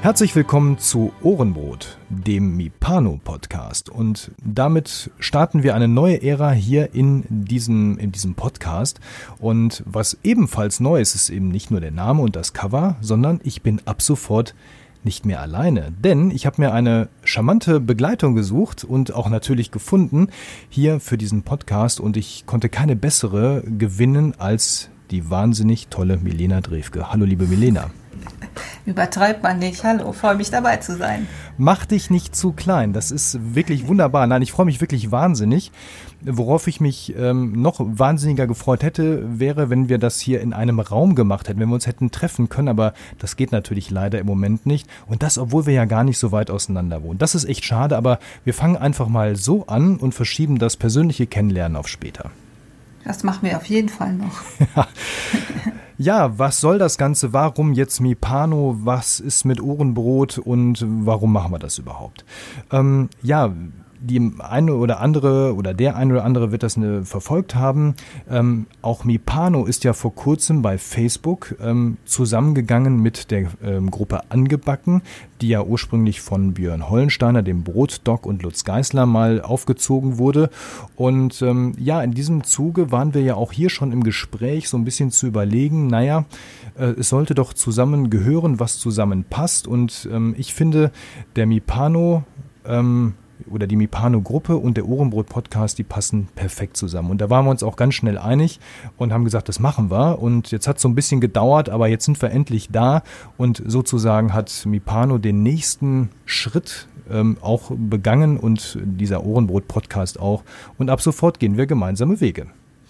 Herzlich willkommen zu Ohrenbrot, dem Mipano-Podcast. Und damit starten wir eine neue Ära hier in diesem Podcast. Und was ebenfalls neu ist, ist eben nicht nur der Name und das Cover, sondern ich bin ab sofort nicht mehr alleine. Denn ich habe mir eine charmante Begleitung gesucht und auch natürlich gefunden hier für diesen Podcast. Und ich konnte keine bessere gewinnen als die wahnsinnig tolle Milena Drewke. Hallo liebe Milena. Übertreibt man nicht. Hallo, freue mich dabei zu sein. Mach dich nicht zu klein, das ist wirklich wunderbar. Nein, ich freue mich wirklich wahnsinnig. Worauf ich mich noch wahnsinniger gefreut hätte, wäre, wenn wir das hier in einem Raum gemacht hätten, wenn wir uns hätten treffen können, aber das geht natürlich leider im Moment nicht. Und das, obwohl wir ja gar nicht so weit auseinander wohnen. Das ist echt schade, aber wir fangen einfach mal so an und verschieben das persönliche Kennenlernen auf später. Das machen wir auf jeden Fall noch. Ja, was soll das Ganze? Warum jetzt Mipano? Was ist mit Ohrenbrot und warum machen wir das überhaupt? Die eine oder andere oder der eine oder andere wird das verfolgt haben. Auch Mipano ist ja vor kurzem bei Facebook zusammengegangen mit der Gruppe Angebacken, die ja ursprünglich von Björn Hollensteiner, dem Brotdoc und Lutz Geisler mal aufgezogen wurde. Und in diesem Zuge waren wir ja auch hier schon im Gespräch, so ein bisschen zu überlegen, es sollte doch zusammengehören, was zusammenpasst. Und ich finde, der Mipano oder die Mipano-Gruppe und der Ohrenbrot-Podcast, die passen perfekt zusammen. Und da waren wir uns auch ganz schnell einig und haben gesagt, das machen wir. Und jetzt hat es so ein bisschen gedauert, aber jetzt sind wir endlich da. Und sozusagen hat Mipano den nächsten Schritt auch begangen und dieser Ohrenbrot-Podcast auch. Und ab sofort gehen wir gemeinsame Wege.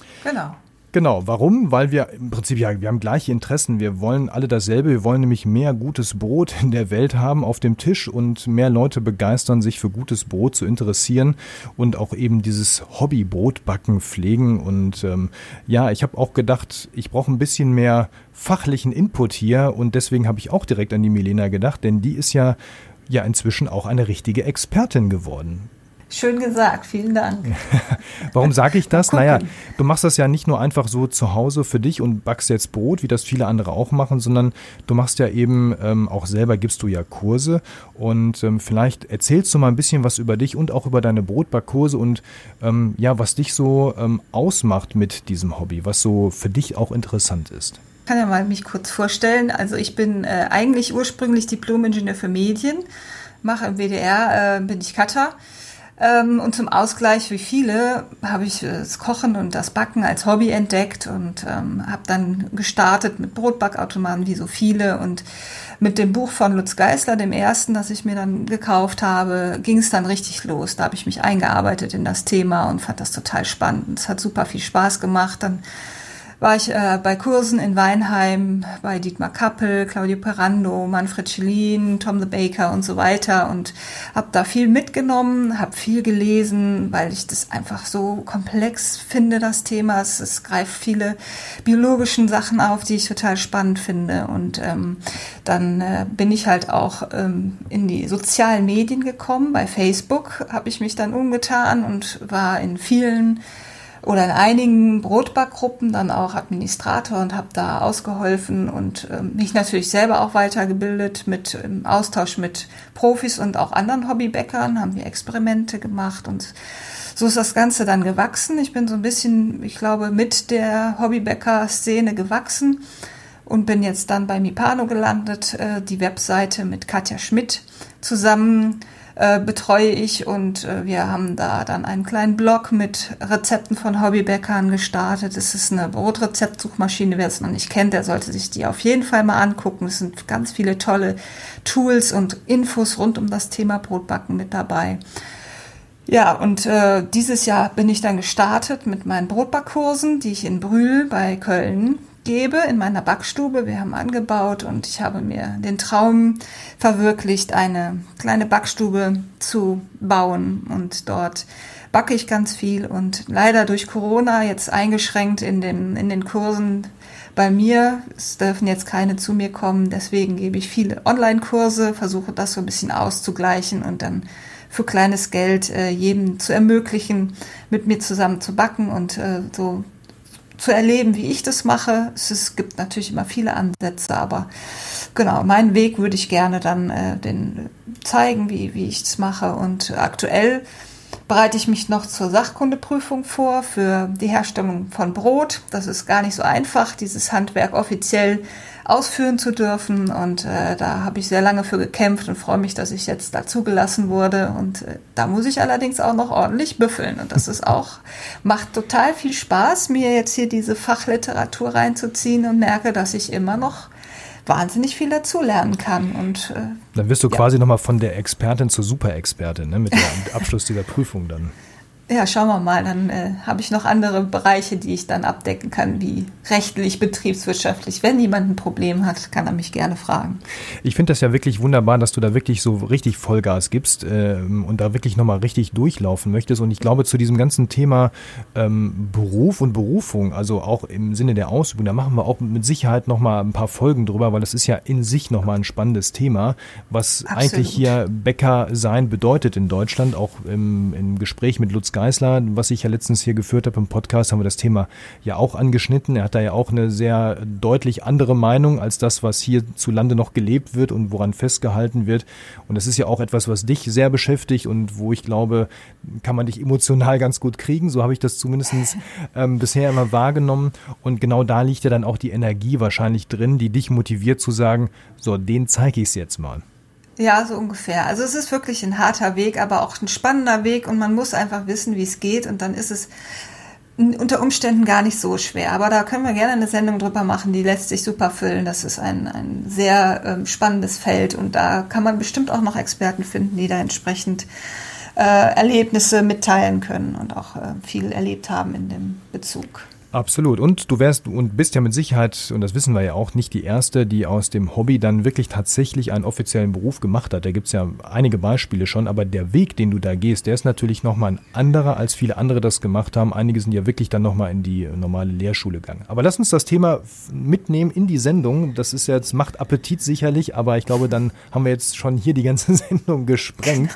Genau, warum? Weil wir im Prinzip, wir haben gleiche Interessen, wir wollen alle dasselbe, wir wollen nämlich mehr gutes Brot in der Welt haben auf dem Tisch und mehr Leute begeistern, sich für gutes Brot zu interessieren und auch eben dieses Hobby Brotbacken pflegen und ich habe auch gedacht, ich brauche ein bisschen mehr fachlichen Input hier und deswegen habe ich auch direkt an die Milena gedacht, denn die ist ja inzwischen auch eine richtige Expertin geworden. Schön gesagt, vielen Dank. Warum sage ich das? Du machst das ja nicht nur einfach so zu Hause für dich und backst jetzt Brot, wie das viele andere auch machen, sondern du machst ja eben auch selber, gibst du ja Kurse und vielleicht erzählst du mal ein bisschen was über dich und auch über deine Brotbackkurse und was dich so ausmacht mit diesem Hobby, was so für dich auch interessant ist. Ich kann ja mal mich kurz vorstellen. Also ich bin eigentlich ursprünglich Diplom-Ingenieur für Medien, mache im WDR, bin ich Cutter. Und zum Ausgleich, wie viele, habe ich das Kochen und das Backen als Hobby entdeckt und habe dann gestartet mit Brotbackautomaten, wie so viele. Und mit dem Buch von Lutz Geisler, dem ersten, das ich mir dann gekauft habe, ging es dann richtig los. Da habe ich mich eingearbeitet in das Thema und fand das total spannend. Es hat super viel Spaß gemacht. Dann war ich bei Kursen in Weinheim, bei Dietmar Kappel, Claudio Perando, Manfred Schellin, Tom the Baker und so weiter und habe da viel mitgenommen, habe viel gelesen, weil ich das einfach so komplex finde, das Thema. Es greift viele biologischen Sachen auf, die ich total spannend finde und dann bin ich halt auch in die sozialen Medien gekommen. Bei Facebook habe ich mich dann umgetan und war in einigen Brotbackgruppen dann auch Administrator und habe da ausgeholfen und mich natürlich selber auch weitergebildet im Austausch mit Profis und auch anderen Hobbybäckern, haben wir Experimente gemacht und so ist das Ganze dann gewachsen. Ich bin so ein bisschen, ich glaube, mit der Hobbybäcker-Szene gewachsen und bin jetzt dann bei Mipano gelandet, die Webseite mit Katja Schmidt zusammen betreue ich und wir haben da dann einen kleinen Blog mit Rezepten von Hobbybäckern gestartet. Es ist eine Brotrezeptsuchmaschine, wer es noch nicht kennt, der sollte sich die auf jeden Fall mal angucken. Es sind ganz viele tolle Tools und Infos rund um das Thema Brotbacken mit dabei. Ja, und dieses Jahr bin ich dann gestartet mit meinen Brotbackkursen, die ich in Brühl bei Köln gebe, in meiner Backstube. Wir haben angebaut und ich habe mir den Traum verwirklicht, eine kleine Backstube zu bauen und dort backe ich ganz viel und leider durch Corona jetzt eingeschränkt in den Kursen bei mir. Es dürfen jetzt keine zu mir kommen, deswegen gebe ich viele Online-Kurse, versuche das so ein bisschen auszugleichen und dann für kleines Geld jedem zu ermöglichen, mit mir zusammen zu backen und so zu erleben, wie ich das mache. Es gibt natürlich immer viele Ansätze, aber genau, meinen Weg würde ich gerne dann den zeigen, wie ich es mache. Und aktuell bereite ich mich noch zur Sachkundeprüfung vor für die Herstellung von Brot. Das ist gar nicht so einfach, dieses Handwerk offiziell ausführen zu dürfen. Und da habe ich sehr lange für gekämpft und freue mich, dass ich jetzt da zugelassen wurde. Und da muss ich allerdings auch noch ordentlich büffeln. Und das ist auch, macht total viel Spaß, mir jetzt hier diese Fachliteratur reinzuziehen und merke, dass ich immer noch wahnsinnig viel dazulernen kann. Und dann wirst du quasi nochmal von der Expertin zur Superexpertin, ne, mit dem Abschluss dieser Prüfung dann. Ja, schauen wir mal, dann habe ich noch andere Bereiche, die ich dann abdecken kann, wie rechtlich, betriebswirtschaftlich. Wenn jemand ein Problem hat, kann er mich gerne fragen. Ich finde das ja wirklich wunderbar, dass du da wirklich so richtig Vollgas gibst und da wirklich nochmal richtig durchlaufen möchtest. Und ich glaube, zu diesem ganzen Thema Beruf und Berufung, also auch im Sinne der Ausübung, da machen wir auch mit Sicherheit nochmal ein paar Folgen drüber, weil das ist ja in sich nochmal ein spannendes Thema, was Absolut. eigentlich hier Bäcker sein bedeutet in Deutschland, auch im Gespräch mit Lutz Geisler, was ich ja letztens hier geführt habe im Podcast, haben wir das Thema ja auch angeschnitten. Er hat da ja auch eine sehr deutlich andere Meinung als das, was hierzulande noch gelebt wird und woran festgehalten wird. Und das ist ja auch etwas, was dich sehr beschäftigt und wo ich glaube, kann man dich emotional ganz gut kriegen. So habe ich das zumindest bisher immer wahrgenommen. Und genau da liegt ja dann auch die Energie wahrscheinlich drin, die dich motiviert zu sagen, so, den zeige ich es jetzt mal. Ja, so ungefähr. Also es ist wirklich ein harter Weg, aber auch ein spannender Weg und man muss einfach wissen, wie es geht und dann ist es unter Umständen gar nicht so schwer. Aber da können wir gerne eine Sendung drüber machen, die lässt sich super füllen. Das ist ein sehr spannendes Feld und da kann man bestimmt auch noch Experten finden, die da entsprechend Erlebnisse mitteilen können und auch viel erlebt haben in dem Bezug. Absolut. Und du wärst und bist ja mit Sicherheit, und das wissen wir ja auch, nicht die Erste, die aus dem Hobby dann wirklich tatsächlich einen offiziellen Beruf gemacht hat. Da gibt's ja einige Beispiele schon, aber der Weg, den du da gehst, der ist natürlich nochmal ein anderer, als viele andere das gemacht haben. Einige sind ja wirklich dann nochmal in die normale Lehrschule gegangen. Aber lass uns das Thema mitnehmen in die Sendung. Das ist jetzt, macht Appetit sicherlich, aber ich glaube, dann haben wir jetzt schon hier die ganze Sendung gesprengt.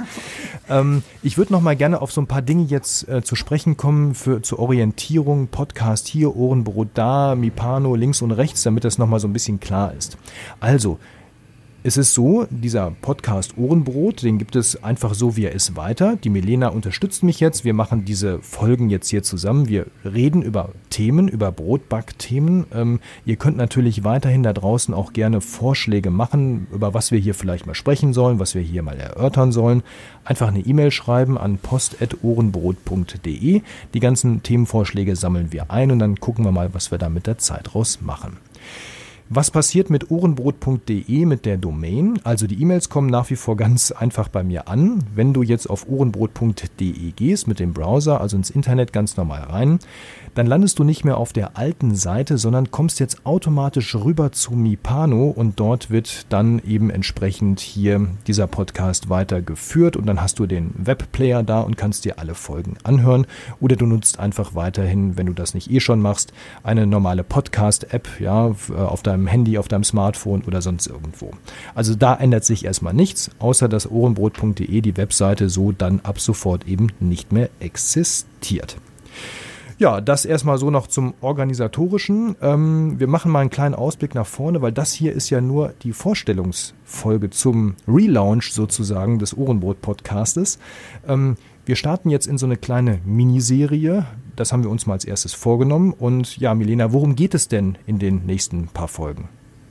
Ich würde nochmal gerne auf so ein paar Dinge jetzt zu sprechen kommen zur Orientierung, Podcast hier, Ohrenbrot da, Mipano links und rechts, damit das nochmal so ein bisschen klar ist. Also, es ist so, dieser Podcast Ohrenbrot, den gibt es einfach so, wie er ist, weiter. Die Milena unterstützt mich jetzt. Wir machen diese Folgen jetzt hier zusammen. Wir reden über Themen, über Brotbackthemen. Ihr könnt natürlich weiterhin da draußen auch gerne Vorschläge machen, über was wir hier vielleicht mal sprechen sollen, was wir hier mal erörtern sollen. Einfach eine E-Mail schreiben an post@ohrenbrot.de. Die ganzen Themenvorschläge sammeln wir ein und dann gucken wir mal, was wir da mit der Zeit raus machen. Was passiert mit ohrenbrot.de, mit der Domain? Also die E-Mails kommen nach wie vor ganz einfach bei mir an. Wenn du jetzt auf ohrenbrot.de gehst mit dem Browser, also ins Internet ganz normal rein, dann landest du nicht mehr auf der alten Seite, sondern kommst jetzt automatisch rüber zu Mipano und dort wird dann eben entsprechend hier dieser Podcast weitergeführt und dann hast du den Webplayer da und kannst dir alle Folgen anhören oder du nutzt einfach weiterhin, wenn du das nicht schon machst, eine normale Podcast-App, ja, auf deinem Handy, auf deinem Smartphone oder sonst irgendwo. Also da ändert sich erstmal nichts, außer dass ohrenbrot.de, die Webseite, so dann ab sofort eben nicht mehr existiert. Ja, das erstmal so noch zum Organisatorischen. Wir machen mal einen kleinen Ausblick nach vorne, weil das hier ist ja nur die Vorstellungsfolge zum Relaunch sozusagen des Ohrenbrot-Podcastes. Wir starten jetzt in so eine kleine Miniserie. Das haben wir uns mal als erstes vorgenommen. Und ja, Milena, worum geht es denn in den nächsten paar Folgen?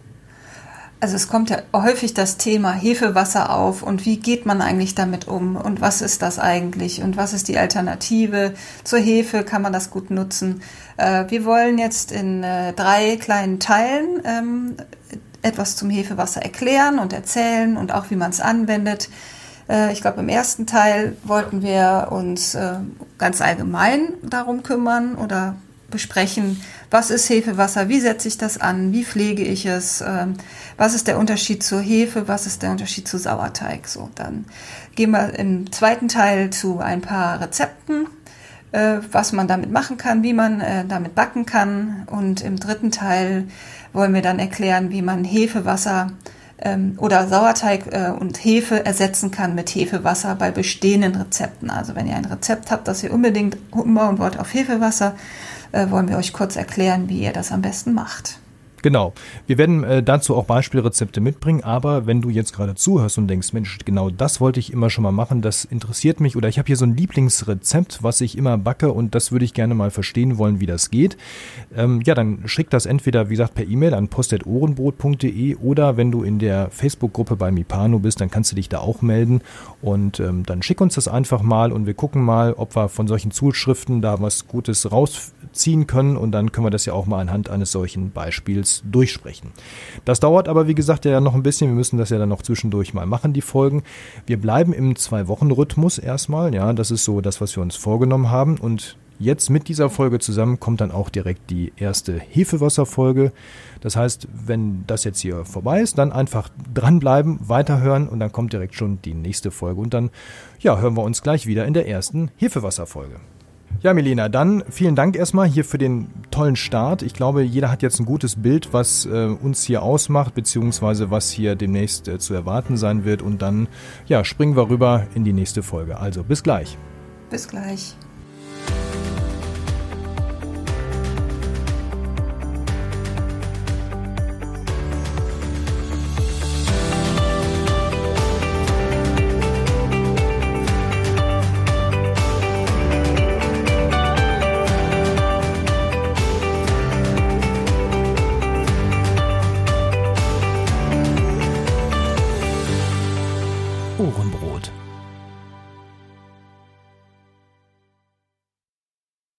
Also es kommt ja häufig das Thema Hefewasser auf und wie geht man eigentlich damit um und was ist das eigentlich und was ist die Alternative zur Hefe, kann man das gut nutzen. Wir wollen jetzt in 3 kleinen Teilen etwas zum Hefewasser erklären und erzählen und auch wie man es anwendet. Ich glaube, im ersten Teil wollten wir uns ganz allgemein darum kümmern oder besprechen, was ist Hefewasser, wie setze ich das an, wie pflege ich es, was ist der Unterschied zur Hefe, was ist der Unterschied zu Sauerteig. So, dann gehen wir im zweiten Teil zu ein paar Rezepten, was man damit machen kann, wie man damit backen kann. Und im dritten Teil wollen wir dann erklären, wie man Hefewasser oder Sauerteig und Hefe ersetzen kann mit Hefewasser bei bestehenden Rezepten. Also wenn ihr ein Rezept habt, das ihr unbedingt umbauen wollt auf Hefewasser, wollen wir euch kurz erklären, wie ihr das am besten macht. Genau. Wir werden dazu auch Beispielrezepte mitbringen, aber wenn du jetzt gerade zuhörst und denkst, Mensch, genau das wollte ich immer schon mal machen, das interessiert mich oder ich habe hier so ein Lieblingsrezept, was ich immer backe und das würde ich gerne mal verstehen wollen, wie das geht, dann schick das entweder, wie gesagt, per E-Mail an post@ohrenbrot.de oder wenn du in der Facebook-Gruppe bei Mipano bist, dann kannst du dich da auch melden und dann schick uns das einfach mal und wir gucken mal, ob wir von solchen Zuschriften da was Gutes rausziehen können und dann können wir das ja auch mal anhand eines solchen Beispiels durchsprechen. Das dauert aber, wie gesagt, ja noch ein bisschen. Wir müssen das ja dann noch zwischendurch mal machen, die Folgen. Wir bleiben im 2-Wochen-Rhythmus erstmal. Ja, das ist so das, was wir uns vorgenommen haben. Und jetzt mit dieser Folge zusammen kommt dann auch direkt die erste Hefewasserfolge. Das heißt, wenn das jetzt hier vorbei ist, dann einfach dranbleiben, weiterhören und dann kommt direkt schon die nächste Folge. Und dann hören wir uns gleich wieder in der ersten Hefewasserfolge. Ja, Milena, dann vielen Dank erstmal hier für den tollen Start. Ich glaube, jeder hat jetzt ein gutes Bild, was uns hier ausmacht, beziehungsweise was hier demnächst zu erwarten sein wird. Und dann springen wir rüber in die nächste Folge. Also bis gleich. Bis gleich.